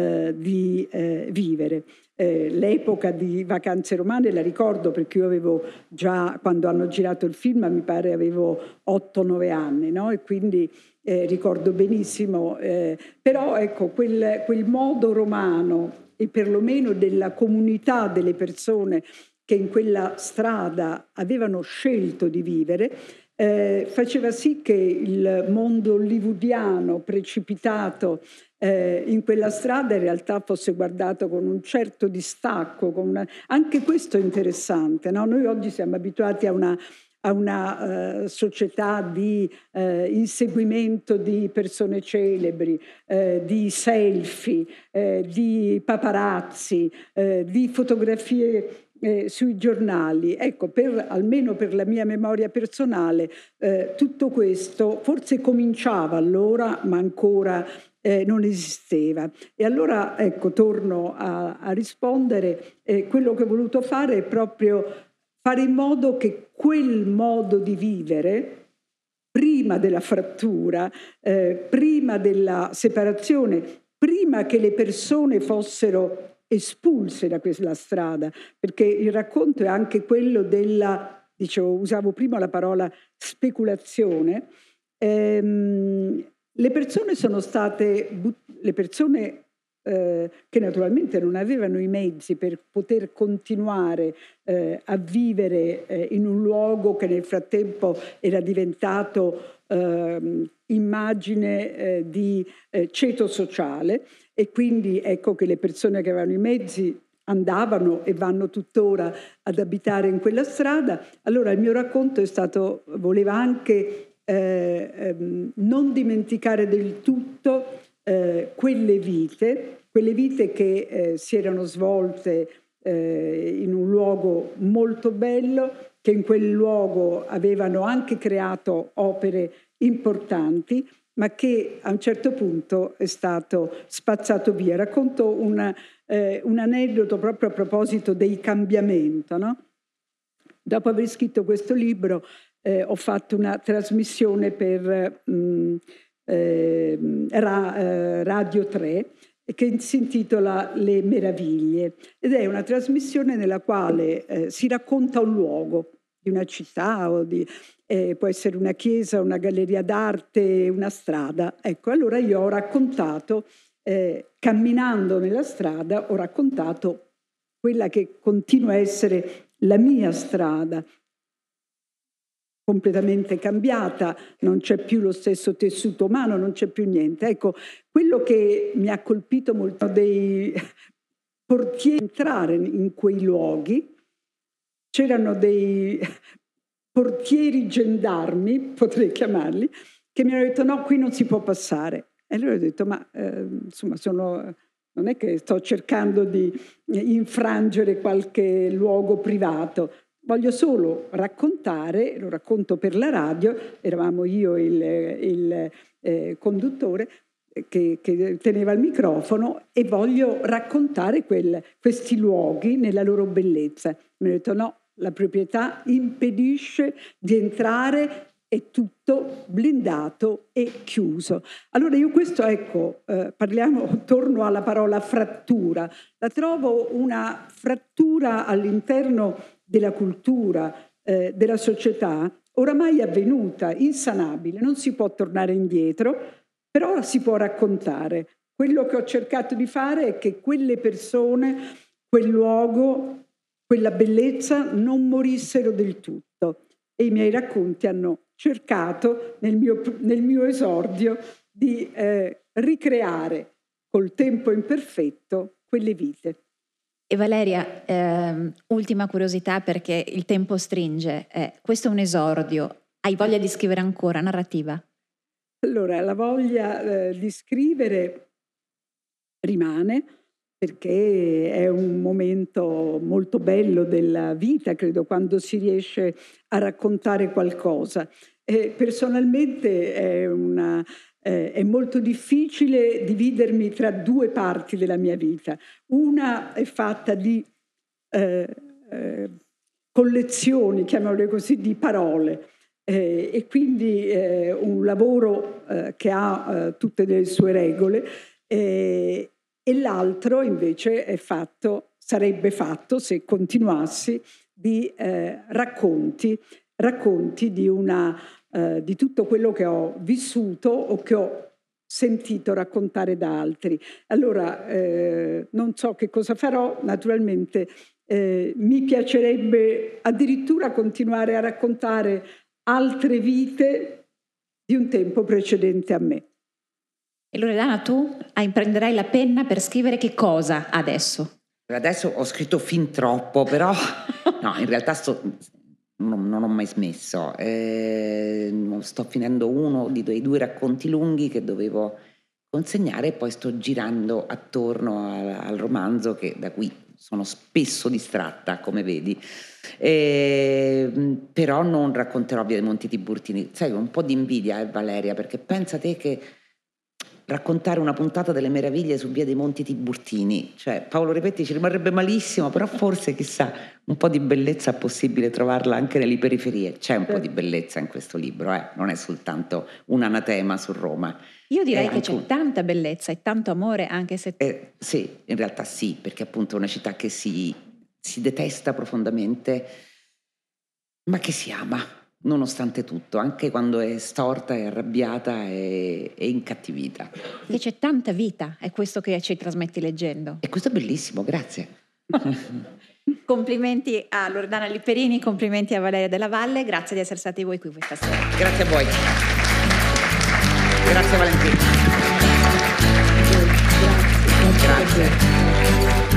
di vivere. L'epoca di Vacanze romane la ricordo perché io avevo già, quando hanno girato il film, mi pare avevo 8-9 anni, no? E quindi ricordo benissimo, però ecco quel modo romano, e perlomeno della comunità delle persone che in quella strada avevano scelto di vivere, faceva sì che il mondo hollywoodiano precipitato in quella strada in realtà fosse guardato con un certo distacco, anche questo è interessante, no? Noi oggi siamo abituati a una società di inseguimento di persone celebri, di selfie, di paparazzi, di fotografie sui giornali. Ecco, almeno per la mia memoria personale, tutto questo forse cominciava allora, ma ancora non esisteva. E allora, ecco, torno a rispondere. Quello che ho voluto fare è proprio fare in modo che quel modo di vivere, prima della frattura, prima della separazione, prima che le persone fossero espulse da quella strada, perché il racconto è anche quello della usavo prima la parola speculazione, le persone sono state, che naturalmente non avevano i mezzi per poter continuare a vivere in un luogo che nel frattempo era diventato immagine di ceto sociale, e quindi ecco che le persone che avevano i mezzi andavano e vanno tuttora ad abitare in quella strada. Allora il mio racconto voleva anche non dimenticare del tutto quelle vite che si erano svolte in un luogo molto bello, che in quel luogo avevano anche creato opere importanti, ma che a un certo punto è stato spazzato via. Racconto un aneddoto proprio a proposito dei cambiamenti, no? Dopo aver scritto questo libro ho fatto una trasmissione per Radio 3 che si intitola Le Meraviglie, ed è una trasmissione nella quale si racconta un luogo di una città o può essere una chiesa, una galleria d'arte, una strada. Ecco, allora io ho raccontato, camminando nella strada, ho raccontato quella che continua a essere la mia strada, completamente cambiata, non c'è più lo stesso tessuto umano, non c'è più niente. Ecco, quello che mi ha colpito molto dei portieri entrare in quei luoghi, c'erano dei portieri gendarmi, potrei chiamarli, che mi hanno detto no, qui non si può passare. E allora ho detto ma insomma non è che sto cercando di infrangere qualche luogo privato, voglio solo raccontare, lo racconto per la radio, eravamo io il conduttore che teneva il microfono, e voglio raccontare questi luoghi nella loro bellezza. Mi hanno detto no, la proprietà impedisce di entrare, è tutto blindato e chiuso. Allora io questo, ecco, torno alla parola frattura, la trovo una frattura all'interno della cultura, della società, oramai avvenuta, insanabile, non si può tornare indietro, però si può raccontare. Quello che ho cercato di fare è che quelle persone, quel luogo, quella bellezza non morissero del tutto, e i miei racconti hanno cercato nel mio esordio di ricreare col tempo imperfetto quelle vite. E Valeria, ultima curiosità perché il tempo stringe, questo è un esordio, hai voglia di scrivere ancora narrativa? Allora, la voglia di scrivere rimane, perché è un momento molto bello della vita, credo, quando si riesce a raccontare qualcosa. Personalmente è molto difficile dividermi tra due parti della mia vita. Una è fatta di collezioni, chiamiamole così, di parole, e quindi un lavoro che ha tutte le sue regole, e l'altro invece sarebbe fatto, se continuassi, di racconti di tutto quello che ho vissuto o che ho sentito raccontare da altri. Allora, non so che cosa farò, naturalmente mi piacerebbe addirittura continuare a raccontare altre vite di un tempo precedente a me. E Loredana, tu prenderai la penna per scrivere che cosa adesso? Adesso ho scritto fin troppo, però no, in realtà non ho mai smesso. Sto finendo uno dei due racconti lunghi che dovevo consegnare, e poi sto girando attorno al romanzo, che da cui sono spesso distratta, come vedi. Però non racconterò Via dei Monti Tiburtini. Sai, un po' di invidia, Valeria, perché pensa te che raccontare una puntata delle meraviglie su Via dei Monti Tiburtini, cioè Paolo Repetti ci rimarrebbe malissimo, però forse chissà, un po' di bellezza è possibile trovarla anche nelle periferie. C'è un po' di bellezza in questo libro, non è soltanto un anatema su Roma. Io direi che c'è tanta bellezza e tanto amore, anche se... Sì, in realtà sì, perché appunto è una città che si detesta profondamente, ma che si ama, nonostante tutto, anche quando è storta, è arrabbiata e incattivita. Che c'è tanta vita, è questo che ci trasmetti leggendo. E questo è bellissimo, grazie. Complimenti a Loredana Lipperini, complimenti a Valeria Della Valle, grazie di essere stati voi qui questa sera. Grazie a voi. Grazie Valentina. Grazie. Grazie.